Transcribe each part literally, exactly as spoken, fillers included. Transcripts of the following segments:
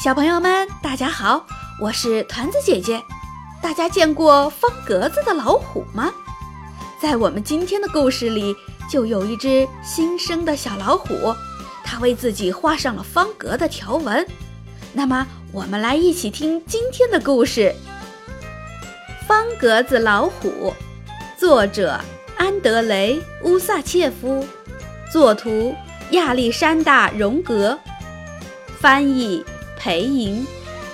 小朋友们，大家好，我是团子姐姐。大家见过方格子的老虎吗？在我们今天的故事里，就有一只新生的小老虎，它为自己画上了方格的条纹。那么，我们来一起听今天的故事。方格子老虎，作者安德雷·乌萨切夫，作图亚历山大·荣格，翻译裴莹。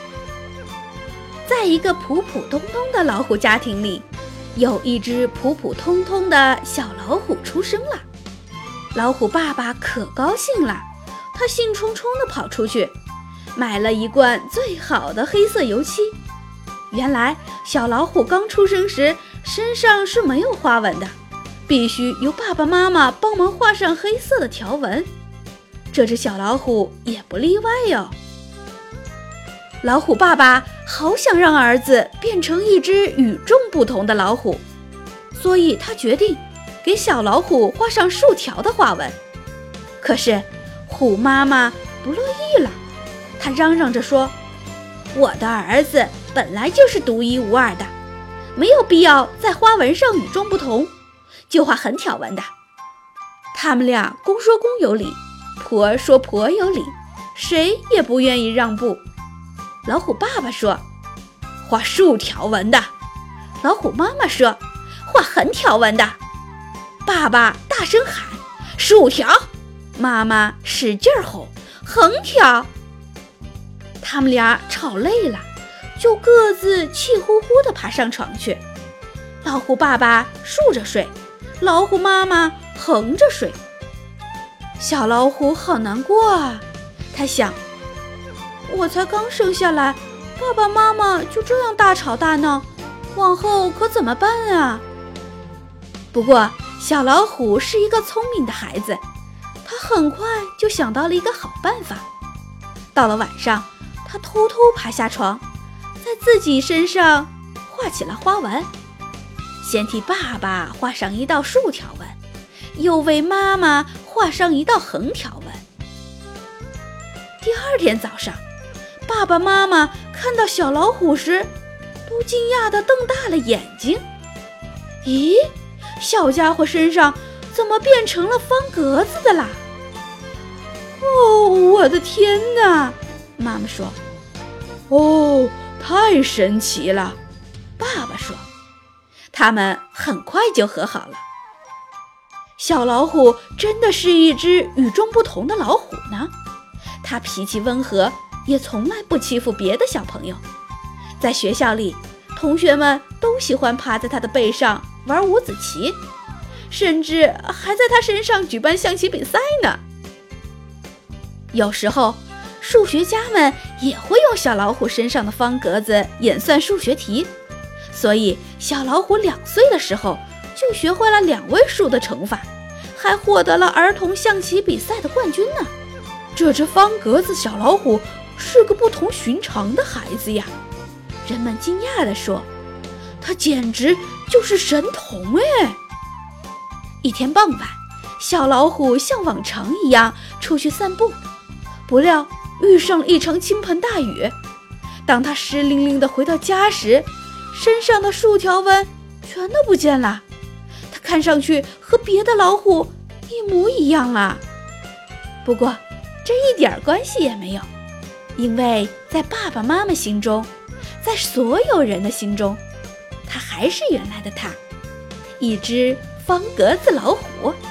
在一个普普通通的老虎家庭里，有一只普普通通的小老虎出生了。老虎爸爸可高兴了，他兴冲冲地跑出去，买了一罐最好的黑色油漆。原来小老虎刚出生时身上是没有花纹的，必须由爸爸妈妈帮忙画上黑色的条纹。这只小老虎也不例外哟。老虎爸爸好想让儿子变成一只与众不同的老虎，所以他决定给小老虎画上竖条的花纹。可是虎妈妈不乐意了，她嚷嚷着说，我的儿子本来就是独一无二的，没有必要在花纹上与众不同，就画横条纹的。他们俩公说公有理，婆说婆有理，谁也不愿意让步。老虎爸爸说，画竖条纹的。老虎妈妈说，画横条纹的。爸爸大声喊，竖条。妈妈使劲吼，横条。他们俩吵累了，就各自气呼呼地爬上床去。老虎爸爸竖着睡，老虎妈妈横着睡。小老虎好难过啊，他想，我才刚生下来，爸爸妈妈就这样大吵大闹，往后可怎么办啊？不过小老虎是一个聪明的孩子，他很快就想到了一个好办法。到了晚上，他偷偷爬下床，在自己身上画起了花纹，先替爸爸画上一道竖条纹，又为妈妈画上一道横条纹。第二天早上，爸爸妈妈看到小老虎时，都惊讶地瞪大了眼睛。咦，小家伙身上怎么变成了方格子的啦？哦，我的天哪！妈妈说。哦，太神奇了！爸爸说。他们很快就和好了。小老虎真的是一只与众不同的老虎呢，它脾气温和，也从来不欺负别的小朋友。在学校里，同学们都喜欢趴在他的背上玩五子棋，甚至还在他身上举办象棋比赛呢。有时候数学家们也会用小老虎身上的方格子演算数学题，所以小老虎两岁的时候就学会了两位数的乘法，还获得了儿童象棋比赛的冠军呢。这只方格子小老虎是个不同寻常的孩子呀，人们惊讶地说，他简直就是神童哎！一天傍晚，小老虎像往常一样出去散步，不料遇上了一场倾盆大雨。当他湿淋淋地回到家时，身上的竖条纹全都不见了，他看上去和别的老虎一模一样了。不过这一点关系也没有，因为在爸爸妈妈心中，在所有人的心中，他还是原来的他，一只方格子老虎。